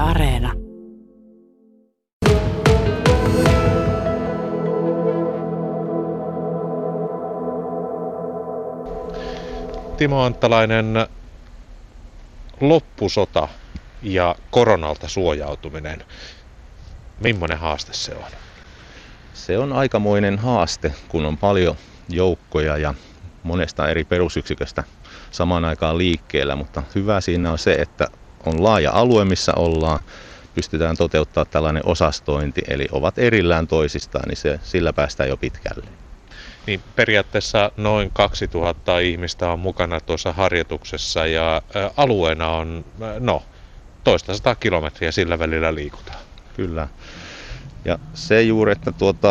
Areena. Timo Anttalainen, loppusota ja koronalta suojautuminen. Millainen haaste se on? Se on aikamoinen haaste, kun on paljon joukkoja ja monesta eri perusyksiköstä samaan aikaan liikkeellä, mutta hyvä siinä on se, että on laaja alue, missä ollaan. Pystytään toteuttamaan tällainen osastointi, eli ovat erillään toisistaan, niin sillä päästään jo pitkälle. Niin periaatteessa noin 2000 ihmistä on mukana tuossa harjoituksessa ja alueena on toista 100 kilometriä, sillä välillä liikutaan. Kyllä. Ja se juuri, että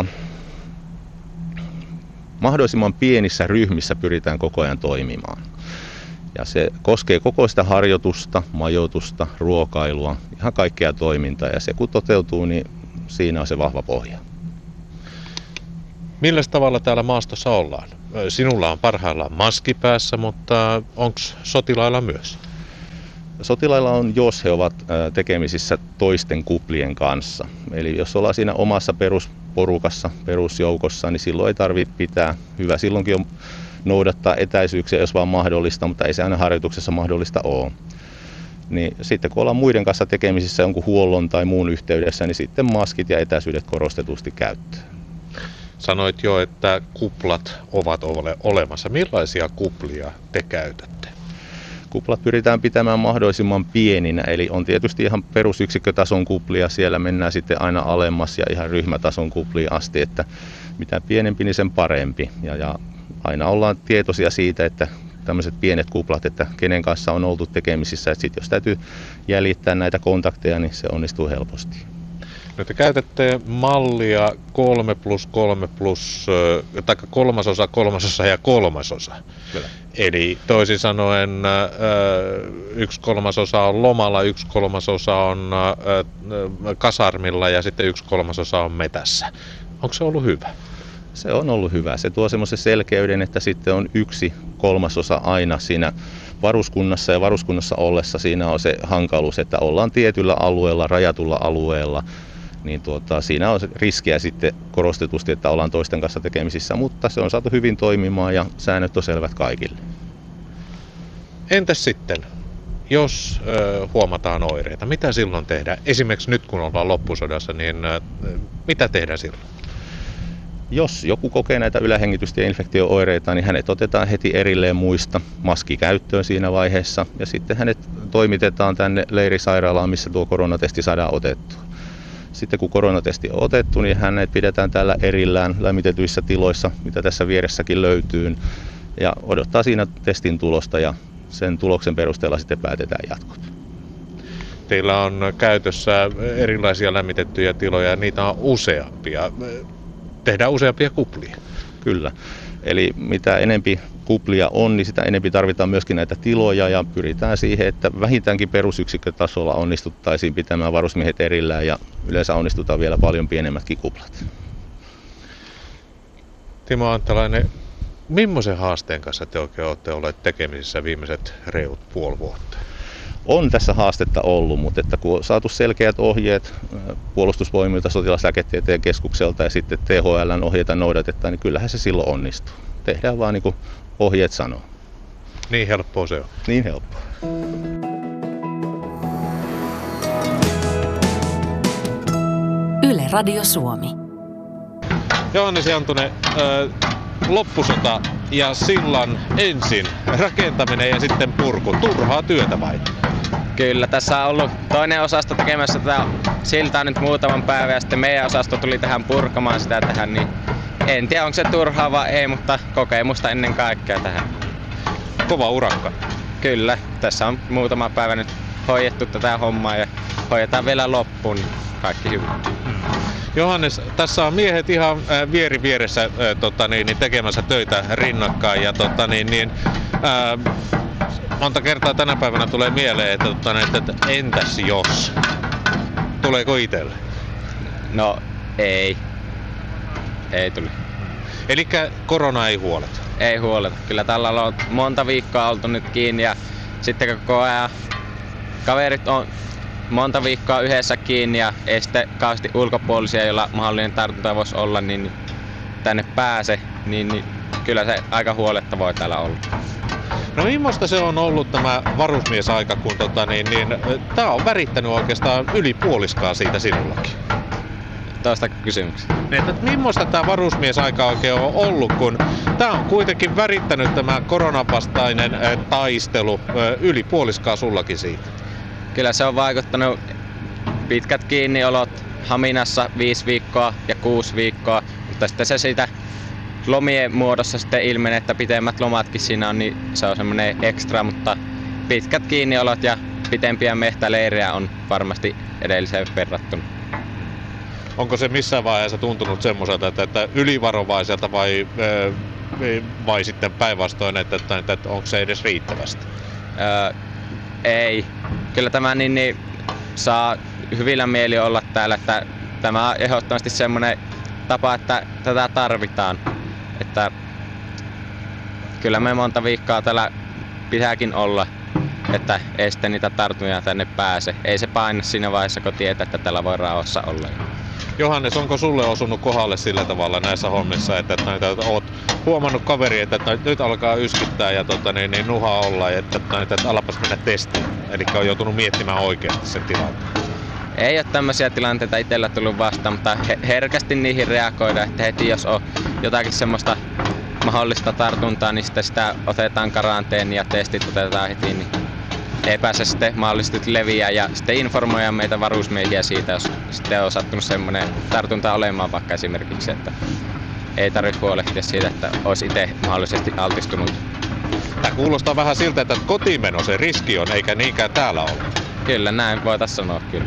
mahdollisimman pienissä ryhmissä pyritään koko ajan toimimaan. Ja se koskee koko sitä harjoitusta, majoitusta, ruokailua, ihan kaikkea toimintaa. Ja se kun toteutuu, niin siinä on se vahva pohja. Millä tavalla täällä maastossa ollaan? Sinulla on parhaillaan maski päässä, mutta onko sotilailla myös? Sotilailla on, jos he ovat tekemisissä toisten kuplien kanssa. Eli jos ollaan siinä omassa perusporukassa, perusjoukossa, niin silloin ei tarvitse pitää. Hyvä silloinkin on noudattaa etäisyyksiä, jos vaan mahdollista, mutta ei se aina harjoituksessa mahdollista ole. Niin sitten kun ollaan muiden kanssa tekemisissä jonkun huollon tai muun yhteydessä, niin sitten maskit ja etäisyydet korostetusti käyttöön. Sanoit jo, että kuplat ovat olemassa. Millaisia kuplia te käytätte? Kuplat pyritään pitämään mahdollisimman pieninä, eli on tietysti ihan perusyksikkötason kuplia, siellä mennään sitten aina alemmas ja ihan ryhmätason kuplia asti, että mitä pienempi, niin sen parempi. Ja aina ollaan tietoisia siitä, että tämmöiset pienet kuplat, että kenen kanssa on oltu tekemisissä, että sitten jos täytyy jäljittää näitä kontakteja, niin se onnistuu helposti. No te käytätte mallia 3+3+, tai kolmasosa ja kolmasosa. Kyllä. Eli toisin sanoen 1/3 on lomalla, 1/3 on kasarmilla ja sitten 1/3 on metässä. Onko se ollut hyvä? Se on ollut hyvä. Se tuo semmoisen selkeyden, että sitten on 1/3 aina siinä varuskunnassa ja varuskunnassa ollessa siinä on se hankaluus, että ollaan tietyllä alueella, rajatulla alueella, niin siinä on se riskiä sitten korostetusti, että ollaan toisten kanssa tekemisissä, mutta se on saatu hyvin toimimaan ja säännöt on selvät kaikille. Entäs sitten, jos huomataan oireita, mitä silloin tehdään? Esimerkiksi nyt kun ollaan loppusodassa, niin mitä tehdään silloin? Jos joku kokee näitä ylähengitystieinfektio-oireita, niin hänet otetaan heti erilleen muista maski käyttöön siinä vaiheessa ja sitten hänet toimitetaan tänne leirisairaalaan, missä tuo koronatesti saadaan otettua. Sitten kun koronatesti on otettu, niin hänet pidetään täällä erillään lämmitetyissä tiloissa, mitä tässä vieressäkin löytyy, ja odottaa siinä testin tulosta ja sen tuloksen perusteella sitten päätetään jatkot. Teillä on käytössä erilaisia lämmitettyjä tiloja ja niitä on useampia. Tehdään useampia kuplia. Kyllä. Eli mitä enempi kuplia on, niin sitä enempi tarvitaan myöskin näitä tiloja ja pyritään siihen, että vähintäänkin perusyksikkötasolla onnistuttaisiin pitämään varusmiehet erillään ja yleensä onnistutaan vielä paljon pienemmätkin kuplat. Timo Anttalainen, millaisen haasteen kanssa te oikein olette olleet tekemisissä viimeiset reilut puoli vuotta? On tässä haastetta ollut, mutta että kun on saatu selkeät ohjeet puolustusvoimilta, sotilaslääketieteen keskukselta ja sitten THL:n ohjeita noudatetaan, niin kyllähän se silloin onnistuu. Tehdään vaan niin kuin ohjeet sanoo. Niin helppoa se on. Niin helppoa. Yle Radio Suomi. Johannes Jantunen, loppusota ja sillan ensin rakentaminen ja sitten purku. Turhaa työtä vai? Kyllä, tässä on ollut toinen osasto tekemässä tätä siltaa nyt muutaman päivän ja sitten meidän osasto tuli tähän purkamaan sitä tähän, niin en tiedä onko se turhaa vai ei, mutta kokemusta ennen kaikkea tähän. Kova urakka. Kyllä, tässä on muutama päivä nyt hoidettu tätä hommaa ja hoidetaan vielä loppuun, niin kaikki hyvin. Johannes, tässä on miehet ihan vieri vieressä tekemässä töitä rinnakkain ja monta kertaa tänä päivänä tulee mieleen, että entäs jos? Tuleeko itselle? No ei. Ei tuli. Elikkä korona ei huoleta? Ei huoleta. Kyllä tällä on monta viikkoa oltu nyt kiinni ja sitten koko ajan kaverit on monta viikkoa yhdessä kiinni ja ei sitten kauheasti ulkopuolisia, joilla mahdollinen tartunta voisi olla, niin tänne pääse, niin kyllä se aika huolettava voi täällä olla. No millaista se on ollut tämä varusmiesaika, kun tää on värittänyt oikeastaan yli puoliskaan siitä sinullakin? Toista kysymyksiä. Että millaista tämä varusmiesaika oikein on ollut, kun tämä on kuitenkin värittänyt tämä koronavastainen taistelu yli puoliskaan sullakin siitä? Kyllä se on vaikuttanut pitkät kiinniolot Haminassa 5 viikkoa ja 6 viikkoa, mutta sitten se siitä lomien muodossa sitten ilmenee, että pitemmät lomatkin siinä on, niin se on semmoinen ekstra, mutta pitkät kiinniolot ja pitempiä mehtäleirejä on varmasti edelliseen verrattuna. Onko se missään vaiheessa tuntunut semmoiselta, että ylivarovaiselta vai sitten päinvastoin, että onko se edes riittävästi? Ei. Kyllä tämä niin saa hyvillä mieli olla täällä, että tämä on ehdottomasti semmoinen tapa, että tätä tarvitaan. Että kyllä me monta viikkoa täällä pitääkin olla, että ei sitten niitä tartuntoja tänne pääse. Ei se paina siinä vaiheessa, kun tietää, että täällä voi rauhassa olla. Johannes, onko sulle osunut kohdalle sillä tavalla näissä hommissa, että oot huomannut kaveri, että nyt alkaa yskittää ja nuha olla, että alapas mennä testiin? Eli on joutunut miettimään oikeasti sen tilanteen. Ei ole tämmöisiä tilanteita itsellä tullut vastaan, mutta herkästi niihin reagoidaan, että heti jos on jotakin semmoista mahdollista tartuntaa, niin sitä otetaan karanteeni ja testit otetaan heti, niin ei pääse sitten mahdollisesti leviää ja sitten informoidaan meitä varusmiehiä siitä, jos sitten on sattunut semmoinen tartunta olemaan vaikka esimerkiksi, että ei tarvitse huolehtia siitä, että olisi itse mahdollisesti altistunut. Tämä kuulostaa vähän siltä, että kotiinmeno se riski on, eikä niinkään täällä ole. Kyllä, näin voitaisiin sanoa kyllä.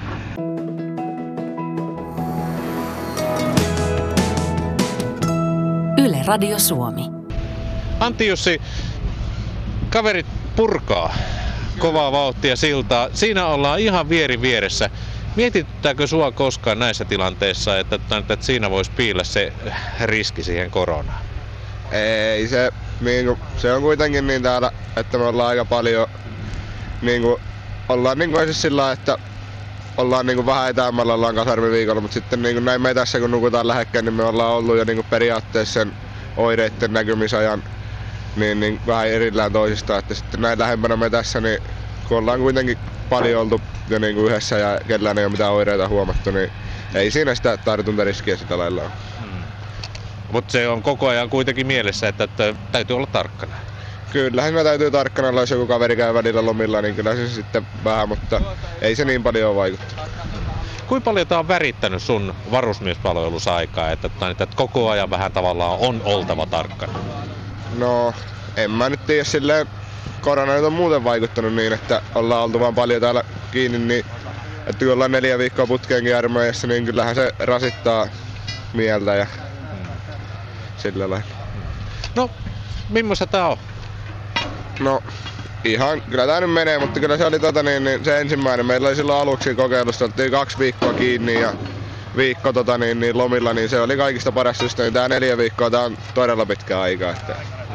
Yle Radio Suomi. Antti Jussi, kaverit purkaa kovaa vauhtia siltaa. Siinä ollaan ihan vieressä. Mietityttääkö sua koskaan näissä tilanteissa, että siinä voisi piillä se riski siihen koronaan? Ei se, se on kuitenkin niin täällä, että me ollaan aika paljon, ollaan siis sillä, että ollaan vähän etäämmällä, ollaan kasarmiviikolla, mutta sitten näin me tässä kun nukutaan lähekkäin, niin me ollaan ollut jo periaatteessa sen oireiden näkymisajan niin vähän erillään toisistaan, että sitten näin lähempänä me tässä, niin kun ollaan kuitenkin paljon oltu jo yhdessä ja kellään ei ole mitään oireita huomattu, niin ei siinä sitä tartuntariskiä sitä lailla ole. Mutta se on koko ajan kuitenkin mielessä, että täytyy olla tarkkana. Kyllähän me täytyy tarkkana olla, jos joku kaveri käy välillä lomilla, niin kyllä se sitten vähän, mutta ei se niin paljon ole vaikuttanut. Kuinka paljon tämä on värittänyt sun varusmiespalvelusaikaa, että koko ajan vähän tavallaan on oltava tarkkana? No, en mä nyt tiedä, silleen korona nyt on muuten vaikuttanut niin, että ollaan oltu vaan paljon täällä kiinni, niin että kun ollaan 4 viikkoa putkeenkin armeijassa, niin kyllähän se rasittaa mieltä ja sillä lailla. No, millaista tää on? No, ihan, kyllä tää nyt menee, mutta kyllä se oli se ensimmäinen. Meillä oli silloin aluksi kokeilussa, oltiin 2 viikkoa kiinni ja viikko lomilla, niin se oli kaikista paras systeemi. Tää 4 viikkoa, tää on todella pitkä aika, että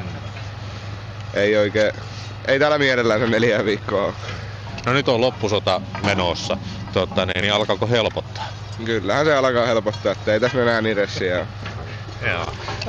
ei täällä mielellään se 4 viikkoa ole. No nyt on loppusota menossa, niin alkaako helpottaa? Kyllähän se alkaa helpottaa, että ei tässä enää niin ressiä ole. Joo.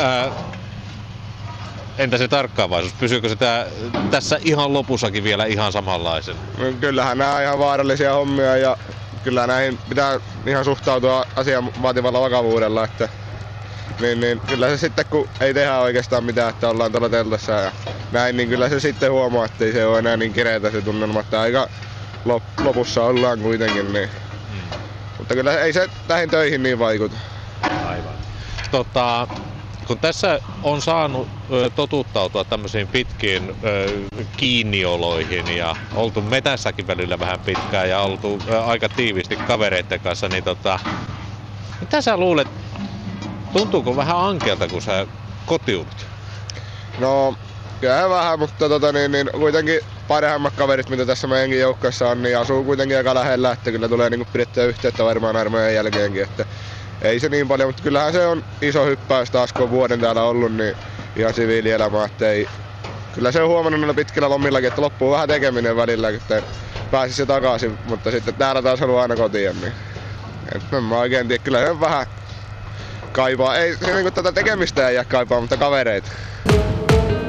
Entä se tarkkaavaisuus? Pysyykö se tässä ihan lopussakin vielä ihan samanlaisen? No, kyllähän nämä on ihan vaarallisia hommia ja kyllä näihin pitää ihan suhtautua asian vaativalla vakavuudella. Että, niin kyllä se sitten kun ei tehdä oikeastaan mitään, että ollaan tuolla teltassa ja näin, niin kyllä se sitten huomaa, että ei se ole enää niin kireetä se tunnelma, että aika lopussa ollaan kuitenkin. Niin. Mutta kyllä ei se tähän töihin niin vaikuta. Aivan. Kun tässä on saanut totuttautua tämmöisiin pitkiin kiinnioloihin ja oltu metässäkin välillä vähän pitkään ja oltu aika tiiviisti kavereiden kanssa, niin mitä sä luulet, tuntuuko vähän ankealta, kun sä kotiudut? No, kyllä vähän, mutta kuitenkin parhaimmat kaverit, mitä tässä meidänkin joukkueessa on, niin asuu kuitenkin aika lähellä, että kyllä tulee pidettyä yhteyttä varmaan armeijan jälkeenkin. Että ei se niin paljon, mutta kyllähän se on iso hyppäys taas, kun on vuoden täällä ollut, niin ihan siviilielämää, että ei. Kyllä se on huomannut noilla pitkillä lomillakin, että loppuu vähän tekeminen välillä, että pääsis jo takaisin, mutta sitten täällä taas haluaa aina kotiin. Niin. Et en mä oikein tiedä, kyllä se vähän kaipaa. Ei se niinku tätä tekemistä ei jää kaipaa, mutta kavereita.